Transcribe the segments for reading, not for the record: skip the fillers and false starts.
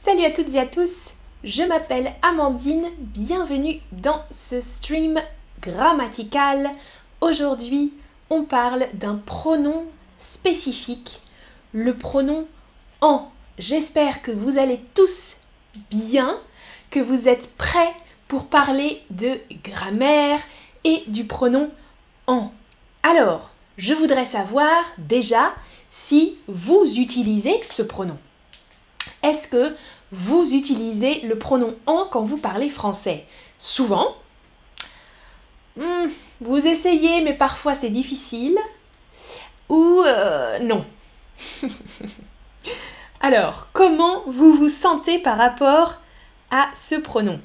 Salut à toutes et à tous, je m'appelle Amandine, bienvenue dans ce stream grammatical. Aujourd'hui, on parle d'un pronom spécifique, le pronom en. J'espère que vous allez tous bien, que vous êtes prêts pour parler de grammaire et du pronom en. Alors, je voudrais savoir déjà si vous utilisez ce pronom. Est-ce que vous utilisez le pronom en quand vous parlez français? Souvent. Vous essayez, mais parfois c'est difficile. Ou non. Alors, comment vous vous sentez par rapport à ce pronom?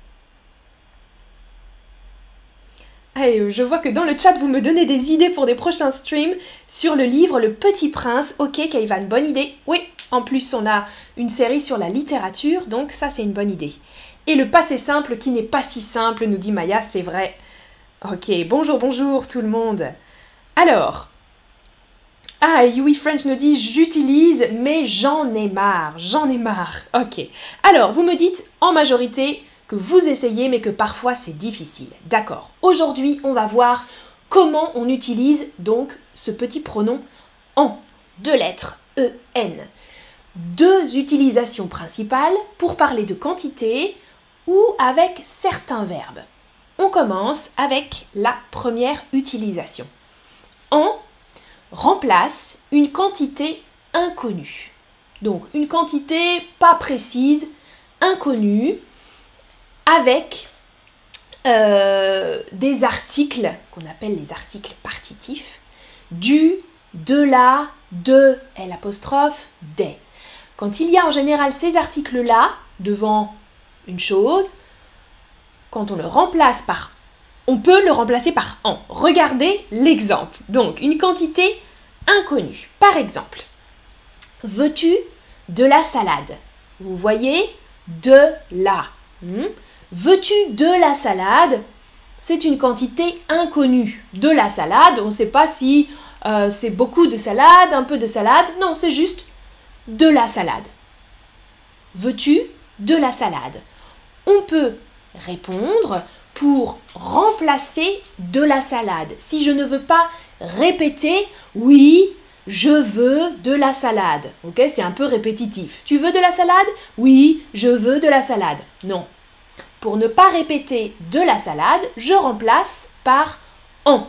Allez, je vois que dans le chat, vous me donnez des idées pour des prochains streams sur le livre Le Petit Prince. Ok, Kayvan, bonne idée. Oui, en plus, on a une série sur la littérature, donc ça, c'est une bonne idée. Et le passé simple qui n'est pas si simple, nous dit Maya, c'est vrai. Ok, bonjour tout le monde. Alors, Yui French nous dit « J'utilise, mais j'en ai marre. Ok. Alors, vous me dites en majorité que vous essayez, mais que parfois c'est difficile. D'accord. Aujourd'hui, on va voir comment on utilise donc ce petit pronom en. Deux lettres, E-N. Deux utilisations principales pour parler de quantité ou avec certains verbes. On commence avec la première utilisation. En remplace une quantité inconnue. Donc une quantité pas précise, inconnue, avec des articles qu'on appelle les articles partitifs, du, de la, de, l'apostrophe, des. Quand il y a en général ces articles-là devant une chose, quand on le remplace par on peut le remplacer par en. Regardez l'exemple. Donc, une quantité inconnue. Par exemple, veux-tu de la salade? Vous voyez, de la. Veux-tu de la salade? C'est une quantité inconnue. De la salade, on ne sait pas si c'est beaucoup de salade, un peu de salade. Non, c'est juste de la salade. Veux-tu de la salade? On peut répondre pour remplacer de la salade. Si je ne veux pas répéter « Oui, je veux de la salade ». Ok, c'est un peu répétitif. Tu veux de la salade? Oui, je veux de la salade. Non. Pour ne pas répéter de la salade, je remplace par en.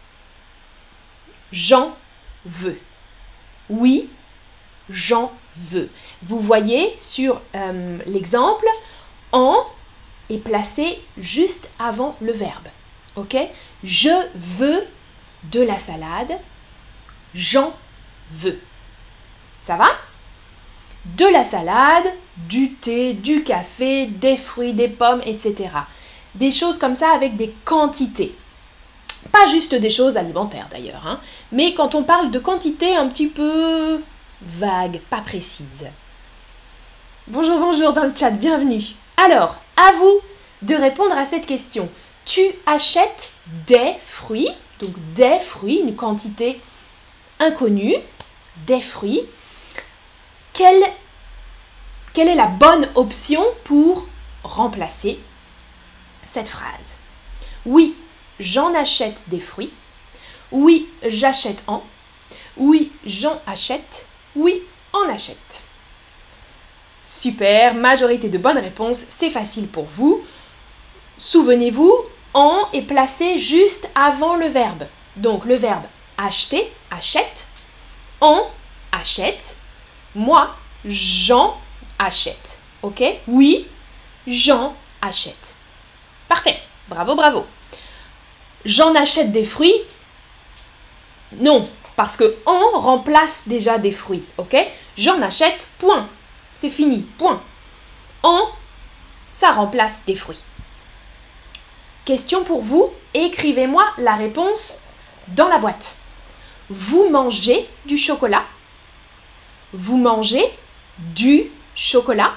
J'en veux. Oui, j'en veux. Vous voyez sur l'exemple, en est placé juste avant le verbe. Ok? Je veux de la salade. J'en veux. Ça va? De la salade, du thé, du café, des fruits, des pommes, etc. Des choses comme ça avec des quantités. Pas juste des choses alimentaires d'ailleurs, hein, mais quand on parle de quantité un petit peu vague, pas précise. Bonjour dans le chat, bienvenue. Alors, à vous de répondre à cette question. Tu achètes des fruits, donc des fruits, une quantité inconnue, des fruits. Quelle est la bonne option pour remplacer cette phrase? Oui, j'en achète des fruits. Oui, j'achète en. Oui, j'en achète. Oui, en achète. Super, majorité de bonnes réponses, c'est facile pour vous. Souvenez-vous, en est placé juste avant le verbe. Donc le verbe acheter, achète, en achète, moi j'en achète. Ok? Oui, j'en achète. Parfait, bravo. J'en achète des fruits? Non, parce que en remplace déjà des fruits. Ok? J'en achète, point. C'est fini, point. En, ça remplace des fruits. Question pour vous, écrivez-moi la réponse dans la boîte. Vous mangez du chocolat? Vous mangez du chocolat?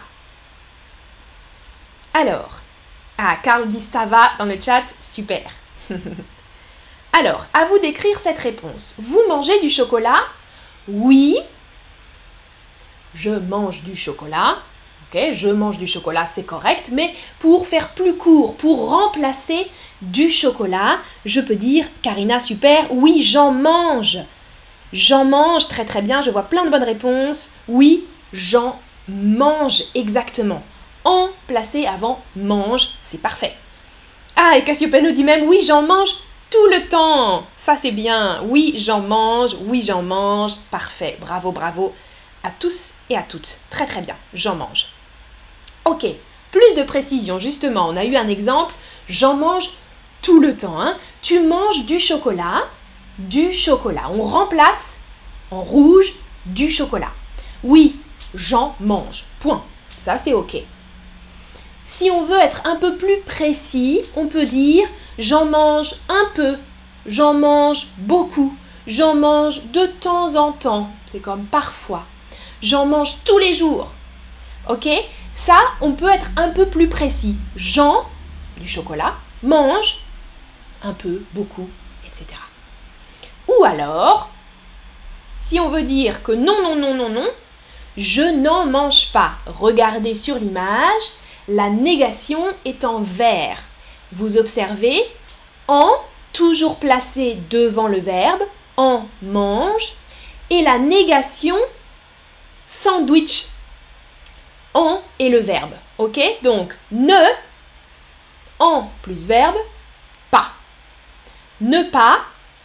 Alors, Carl dit ça va dans le chat, super. Alors, à vous d'écrire cette réponse. Vous mangez du chocolat? Oui, je mange du chocolat. Ok, je mange du chocolat, c'est correct, mais pour faire plus court, pour remplacer du chocolat, je peux dire, Karina, super, oui, j'en mange. J'en mange, très très bien, je vois plein de bonnes réponses. Oui, j'en mange, exactement. En placé avant mange, c'est parfait. Ah, et Cassiope nous dit même, oui, j'en mange tout le temps. Ça, c'est bien. Oui, j'en mange, parfait. Bravo, bravo à tous et à toutes. Très très bien, j'en mange. Ok, plus de précision, justement, on a eu un exemple, j'en mange tout le temps. Hein. Tu manges du chocolat. On remplace en rouge du chocolat. Oui, j'en mange. Point. Ça, c'est ok. Si on veut être un peu plus précis, on peut dire j'en mange un peu, j'en mange beaucoup, j'en mange de temps en temps. C'est comme parfois. J'en mange tous les jours. Ok? Ça, on peut être un peu plus précis. J'en, du chocolat, mange un peu, beaucoup, etc. Ou alors, si on veut dire que non, je n'en mange pas. Regardez sur l'image, la négation est en vert. Vous observez, en, toujours placé devant le verbe, en mange, et la négation, sandwich, en est le verbe. Ok? Donc, ne, en plus verbe, pas. Ne pas,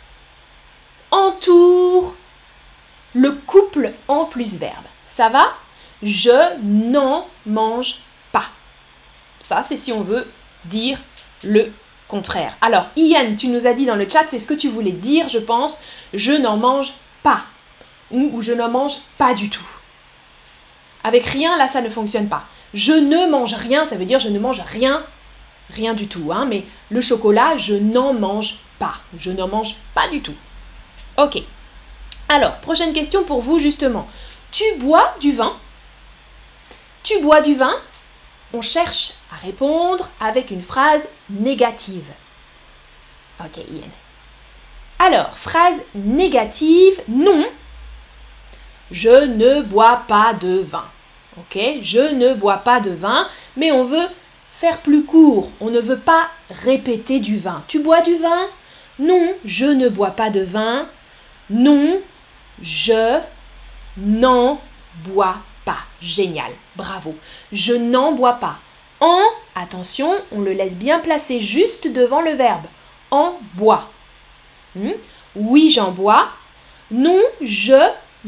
entoure, le couple en plus verbe. Ça va? Je n'en mange pas. Ça, c'est si on veut dire le contraire. Alors, Ian, tu nous as dit dans le chat, c'est ce que tu voulais dire, je pense. Je n'en mange pas. Ou je n'en mange pas du tout. Avec rien, là, ça ne fonctionne pas. Je ne mange rien, ça veut dire je ne mange rien, rien du tout. Hein, mais le chocolat, je n'en mange pas. Je n'en mange pas du tout. Ok. Alors, prochaine question pour vous, justement. Tu bois du vin? Tu bois du vin? On cherche à répondre avec une phrase négative. Ok, Ian. Alors, phrase négative, non. Je ne bois pas de vin. Ok, je ne bois pas de vin, mais on veut faire plus court. On ne veut pas répéter du vin. Tu bois du vin? Non, je ne bois pas de vin. Non, je n'en bois pas. Génial, bravo. Je n'en bois pas. En, attention, on le laisse bien placé juste devant le verbe. En bois. Oui, j'en bois. Non, je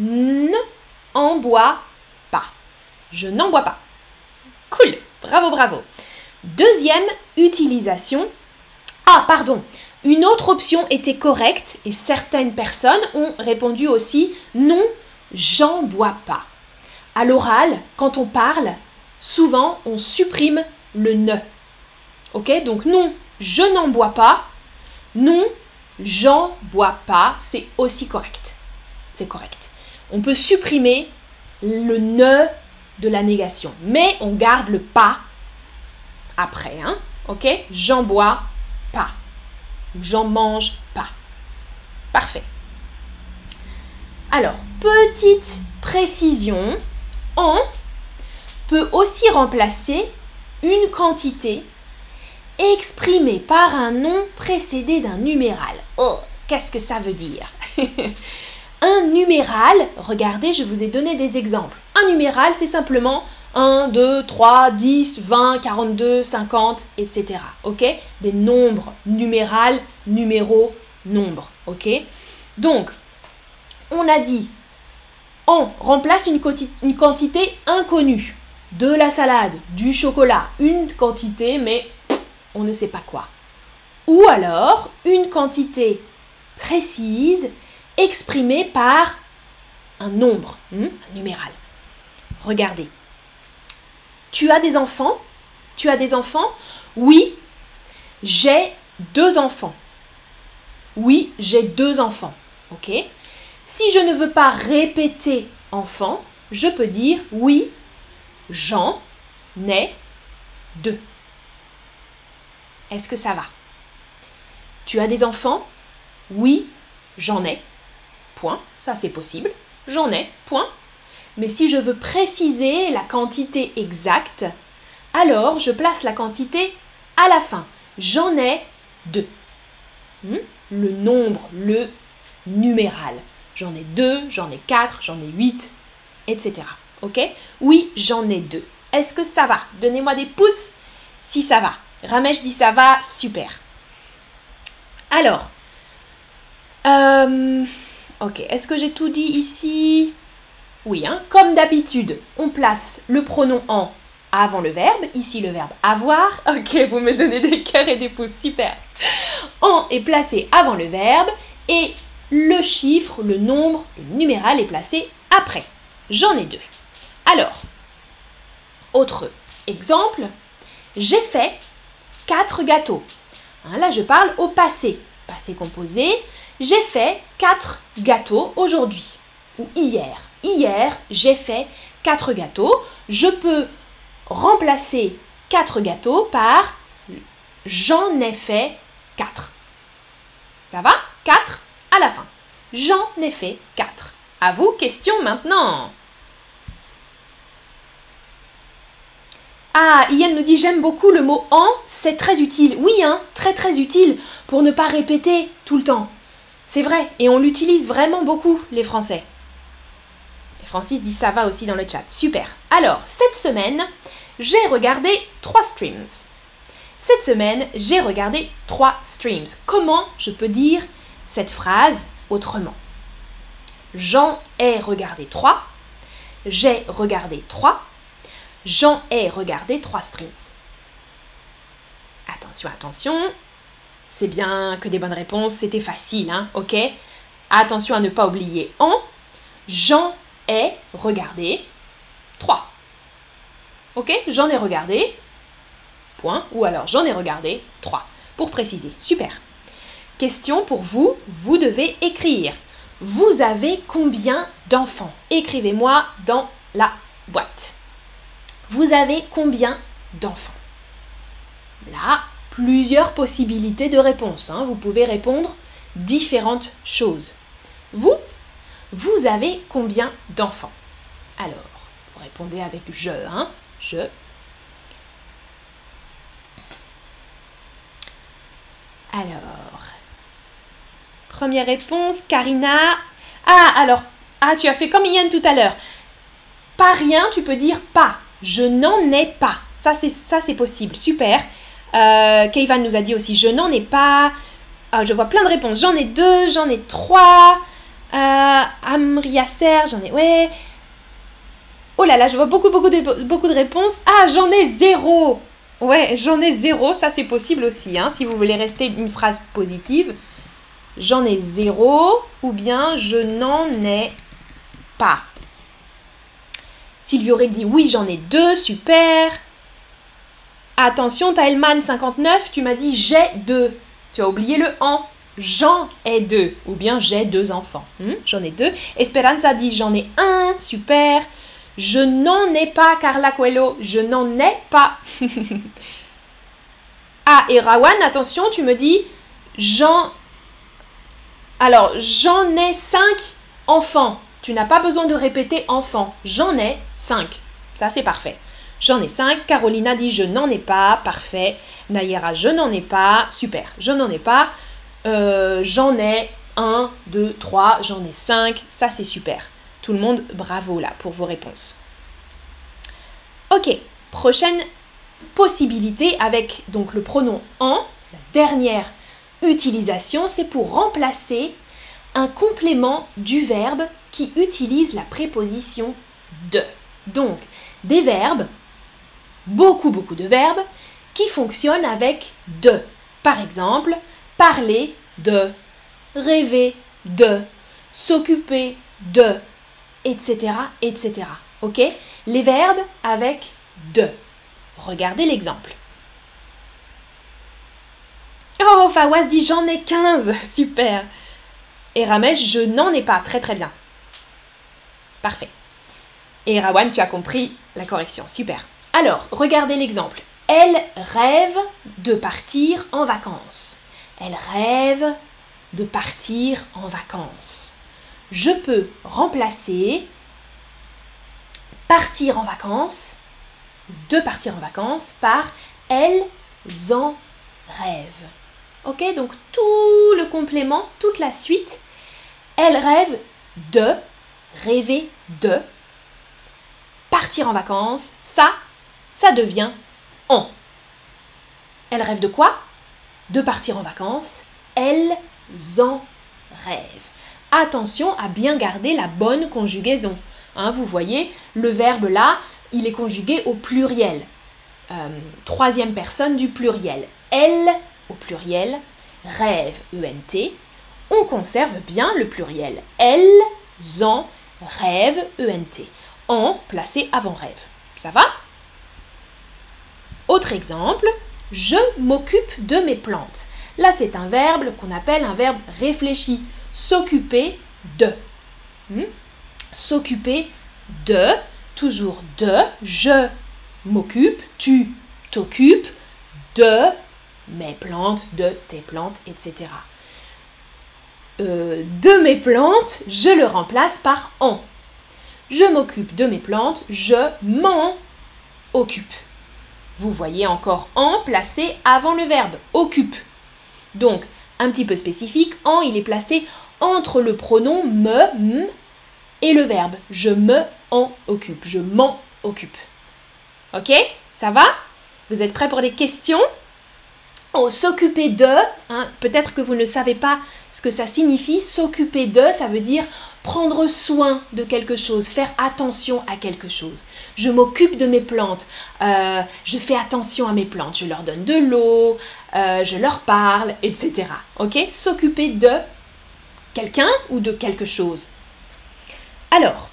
n'en bois pas. Je n'en bois pas. Cool, bravo, bravo. Deuxième utilisation. Ah, pardon. Une autre option était correcte et certaines personnes ont répondu aussi non, j'en bois pas. À l'oral, quand on parle, souvent on supprime le ne. Ok, donc non, je n'en bois pas. Non, j'en bois pas. C'est aussi correct. C'est correct. On peut supprimer le ne de la négation, mais on garde le pas après. Hein, ok, j'en bois pas. J'en mange pas. Parfait. Alors, petite précision, en peut aussi remplacer une quantité exprimée par un nom précédé d'un numéral. Oh, qu'est-ce que ça veut dire? Un numéral, regardez, je vous ai donné des exemples. Un numéral, c'est simplement 1, 2, 3, 10, 20, 42, 50, etc. Ok? Des nombres numérales, numéros, nombres. Ok? Donc, on a dit, on remplace une quantité inconnue. De la salade, du chocolat, une quantité, mais on ne sait pas quoi. Ou alors, une quantité précise exprimée par un nombre, un numéral. Regardez. Tu as des enfants? Tu as des enfants? Oui, j'ai 2 enfants. Oui, j'ai 2 enfants. Ok? Si je ne veux pas répéter enfant, je peux dire oui, j'en ai 2. Est-ce que ça va? Tu as des enfants? Oui, j'en ai. Point. Ça, c'est possible. J'en ai. Point. Mais si je veux préciser la quantité exacte, alors je place la quantité à la fin. J'en ai 2. Le nombre, le numéral. J'en ai 2, j'en ai 4, j'en ai 8, etc. Ok? Oui, j'en ai 2. Est-ce que ça va? Donnez-moi des pouces si ça va. Ramesh dit ça va, super. Alors, ok, est-ce que j'ai tout dit ici? Oui, comme d'habitude, on place le pronom en avant le verbe. Ici, le verbe avoir. Ok, vous me donnez des cœurs et des pouces, super. En est placé avant le verbe et le chiffre, le nombre, le numéral est placé après. J'en ai 2. Alors, autre exemple, j'ai fait 4 gâteaux. Là, je parle au passé, passé composé. J'ai fait 4 gâteaux aujourd'hui ou hier. Hier, j'ai fait 4 gâteaux. Je peux remplacer 4 gâteaux par j'en ai fait 4. Ça va? 4 à la fin. J'en ai fait 4. À vous, question maintenant. Ah, Ian nous dit « J'aime beaucoup le mot « en », c'est très utile. » Oui, très très utile pour ne pas répéter tout le temps. C'est vrai, et on l'utilise vraiment beaucoup, les Français. Et Francis dit « Ça va » aussi dans le chat. Super. Alors, cette semaine, j'ai regardé 3 streams. Cette semaine, j'ai regardé 3 streams. Comment je peux dire cette phrase autrement? J'en ai regardé 3. J'ai regardé 3. J'en ai regardé 3 streams. Attention, attention. C'est bien que des bonnes réponses, c'était facile, ok? Attention à ne pas oublier en. J'en ai regardé 3. Ok? J'en ai regardé, point, ou alors j'en ai regardé 3, pour préciser. Super. Question pour vous, vous devez écrire. Vous avez combien d'enfants? Écrivez-moi dans la boîte. Vous avez combien d'enfants? Là, plusieurs possibilités de réponse. Vous pouvez répondre différentes choses. Vous avez combien d'enfants? Alors, vous répondez avec je, je. Alors, première réponse, Karina. Tu as fait comme Ian tout à l'heure. Pas rien, tu peux dire pas. Je n'en ai pas. Ça, c'est possible. Super. Keivan nous a dit aussi, je n'en ai pas. Je vois plein de réponses. J'en ai 2, j'en ai 3. Amriaser, j'en ai... Ouais. Oh là là, je vois beaucoup de réponses. Ah, j'en ai 0. Ouais, j'en ai 0. Ça, c'est possible aussi. Si vous voulez rester une phrase positive. J'en ai 0 ou bien je n'en ai pas. Sylvie Aurec dit oui, j'en ai 2, super. Attention, Taelman 59, tu m'as dit j'ai 2. Tu as oublié le en. J'en ai 2 ou bien j'ai 2 enfants. J'en ai 2. Esperanza dit j'en ai 1, super. Je n'en ai pas, Carla Coelho, je n'en ai pas. Et Rawan, attention, tu me dis j'en ai 5 enfants. Tu n'as pas besoin de répéter enfant. J'en ai 5. Ça, c'est parfait. J'en ai 5. Carolina dit je n'en ai pas. Parfait. Nayera, je n'en ai pas. Super. Je n'en ai pas. J'en ai 1, 2, 3. J'en ai 5. Ça, c'est super. Tout le monde, bravo là pour vos réponses. Ok. Prochaine possibilité avec donc le pronom en. La dernière utilisation, c'est pour remplacer un complément du verbe qui utilise la préposition de. Donc, des verbes, beaucoup de verbes, qui fonctionnent avec de. Par exemple, parler de, rêver de, s'occuper de, etc., etc. Ok? Les verbes avec de. Regardez l'exemple. Oh, Fawaz dit j'en ai 15. Super. Et Ramesh, je n'en ai pas. Très très bien. Parfait. Et Rawan, tu as compris la correction. Super. Alors, regardez l'exemple. Elle rêve de partir en vacances. Elle rêve de partir en vacances. Je peux remplacer partir en vacances, de partir en vacances par elles en rêvent. Ok, donc tout le complément, toute la suite, elles rêvent de, rêver de, partir en vacances, ça devient en. Elles rêvent de quoi? De partir en vacances, elles en rêvent. Attention à bien garder la bonne conjugaison. Hein, vous voyez, le verbe là, il est conjugué au pluriel. Troisième personne du pluriel. Elles, au pluriel, rêvent, ENT. On conserve bien le pluriel. Elles en rêvent, ENT. En placé avant rêve. Ça va? Autre exemple, je m'occupe de mes plantes. Là, c'est un verbe qu'on appelle un verbe réfléchi. S'occuper de. S'occuper de, toujours de, je m'occupe, tu t'occupes de mes plantes, de tes plantes, etc. De mes plantes, je le remplace par en. Je m'occupe de mes plantes, je m'en occupe. Vous voyez encore en placé avant le verbe, occupe. Donc, un petit peu spécifique, en, il est placé entre le pronom me, m, et le verbe. Je me en occupe, je m'en occupe. Ok? Ça va? Vous êtes prêts pour les questions? Oh, s'occuper de, hein, peut-être que vous ne savez pas ce que ça signifie. S'occuper de, ça veut dire prendre soin de quelque chose, faire attention à quelque chose. Je m'occupe de mes plantes, je fais attention à mes plantes, je leur donne de l'eau, je leur parle, etc. Ok? S'occuper de quelqu'un ou de quelque chose. Alors,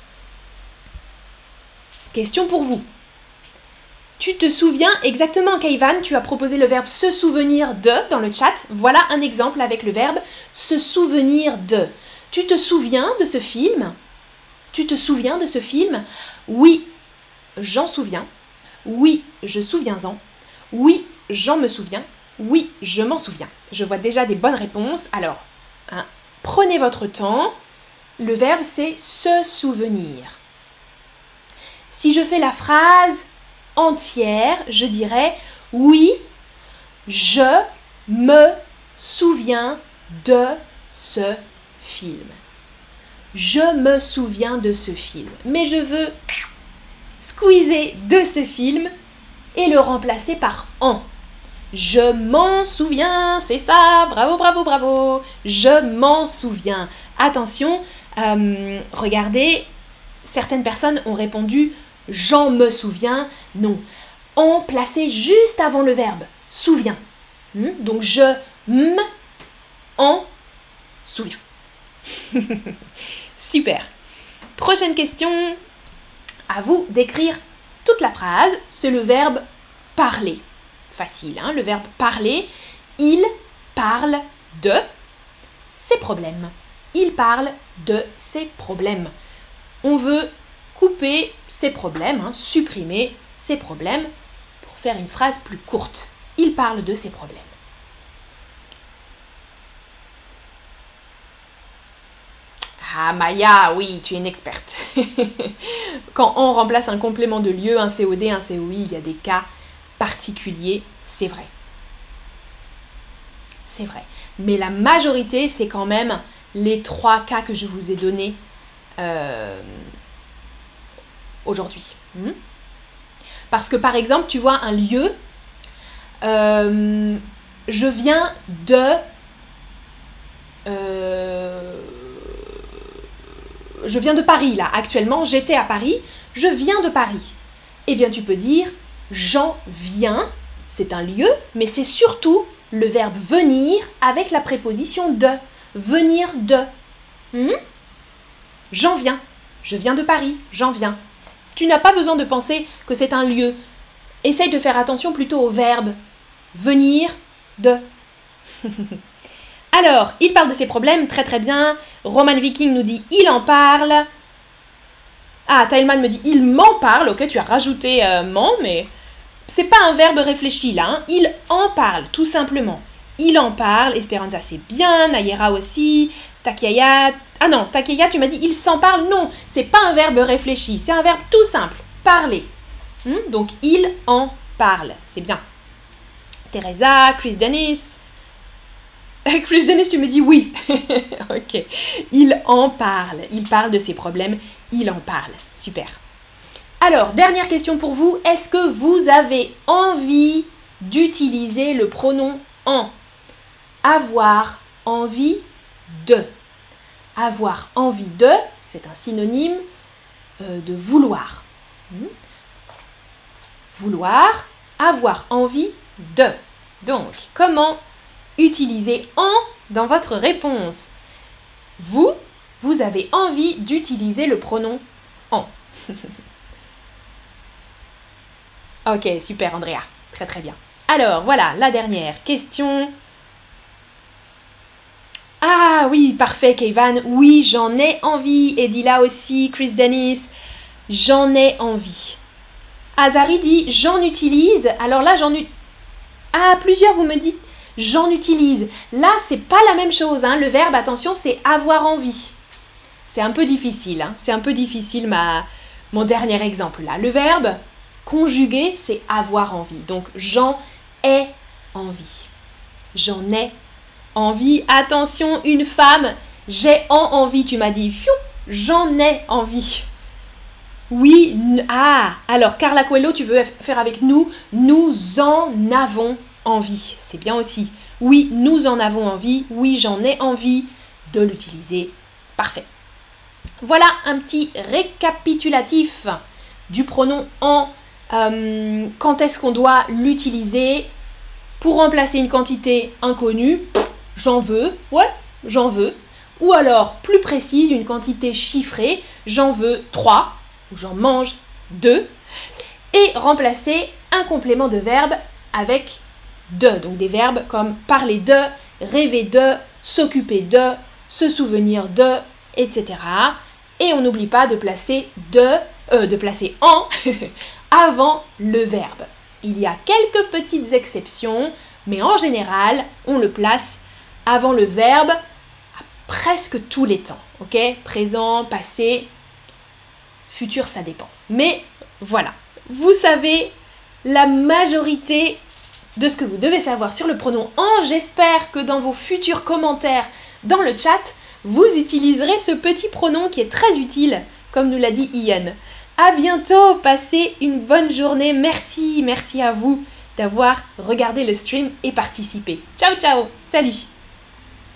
question pour vous. Tu te souviens exactement, Kaivan, tu as proposé le verbe se souvenir de dans le chat. Voilà un exemple avec le verbe se souvenir de. Tu te souviens de ce film? Tu te souviens de ce film? Oui, j'en souviens. Oui, je souviens-en. Oui, j'en me souviens. Oui, je m'en souviens. Je vois déjà des bonnes réponses. Alors, hein, prenez votre temps. Le verbe, c'est se souvenir. Si je fais la phrase entière, je dirais oui, je me souviens de ce film. Je me souviens de ce film. Mais je veux squeezer de ce film et le remplacer par en. Je m'en souviens, c'est ça, bravo, bravo, bravo. Je m'en souviens. Attention, regardez, certaines personnes ont répondu j'en me souviens. Non, en placé juste avant le verbe souviens. Donc je m'en souviens. Super. Prochaine question. À vous d'écrire toute la phrase. C'est le verbe parler. Facile, hein, le verbe parler. Il parle de ses problèmes. Il parle de ses problèmes. On veut couper ses problèmes, hein, supprimer ses problèmes pour faire une phrase plus courte. Il parle de ses problèmes. Ah Maya, oui, tu es une experte. Quand on remplace un complément de lieu, un COD, un COI, il y a des cas particuliers, c'est vrai. C'est vrai. Mais la majorité, c'est quand même les 3 cas que je vous ai donnés aujourd'hui. Parce que par exemple, tu vois un lieu, je viens de... je viens de Paris, là. Actuellement, j'étais à Paris. Je viens de Paris. Eh bien, tu peux dire j'en viens. C'est un lieu, mais c'est surtout le verbe venir avec la préposition de. Venir de. J'en viens. Je viens de Paris. J'en viens. Tu n'as pas besoin de penser que c'est un lieu. Essaye de faire attention plutôt au verbe venir de. Alors, il parle de ses problèmes, très très bien. Roman Viking nous dit il en parle. Ah, Tailman me dit il m'en parle. Ok, tu as rajouté m'en, mais c'est pas un verbe réfléchi là. Hein. Il en parle, tout simplement. Il en parle. Esperanza, c'est bien. Nayera aussi. Takiaya, Ah non, Takeya, tu m'as dit il s'en parle. Non, c'est pas un verbe réfléchi, c'est un verbe tout simple. Parler. Donc, il en parle. C'est bien. Teresa, Chris Dennis. Chris Dennis, tu me dis oui. Ok. Il en parle. Il parle de ses problèmes. Il en parle. Super. Alors, dernière question pour vous. Est-ce que vous avez envie d'utiliser le pronom en? Avoir envie de. Avoir envie de, c'est un synonyme de vouloir. Vouloir, avoir envie de. Donc, comment utiliser en dans votre réponse? Vous avez envie d'utiliser le pronom en. Ok, super Andrea. Très très bien. Alors, voilà, la dernière question. Ah oui, parfait Keivan. Oui, j'en ai envie. Et dit là aussi, Chris Dennis. J'en ai envie. Azari dit j'en utilise. Alors là, Ah, plusieurs vous me dites j'en utilise. Là, c'est pas la même chose. Le verbe, attention, c'est avoir envie. C'est un peu difficile. C'est un peu difficile mon dernier exemple là. Le verbe conjugué, c'est avoir envie. Donc, j'en ai envie. J'en ai envie. Attention, une femme, j'ai envie. Tu m'as dit, j'en ai envie. Oui, alors Carla Coelho, tu veux faire avec nous? Nous en avons envie. C'est bien aussi. Oui, nous en avons envie. Oui, j'en ai envie de l'utiliser. Parfait. Voilà un petit récapitulatif du pronom en. Quand est-ce qu'on doit l'utiliser pour remplacer une quantité inconnue? J'en veux. Ouais, j'en veux. Ou alors, plus précise, une quantité chiffrée. J'en veux 3. Ou j'en mange 2. Et remplacer un complément de verbe avec de. Donc des verbes comme parler de, rêver de, s'occuper de, se souvenir de, etc. Et on n'oublie pas de placer placer en avant le verbe. Il y a quelques petites exceptions, mais en général, on le place avant le verbe à presque tous les temps. Ok? Présent, passé, futur, ça dépend. Mais voilà, vous savez la majorité de ce que vous devez savoir sur le pronom en. J'espère que dans vos futurs commentaires dans le chat, vous utiliserez ce petit pronom qui est très utile, comme nous l'a dit Ian. À bientôt, passez une bonne journée. Merci à vous d'avoir regardé le stream et participé. Ciao, ciao, salut!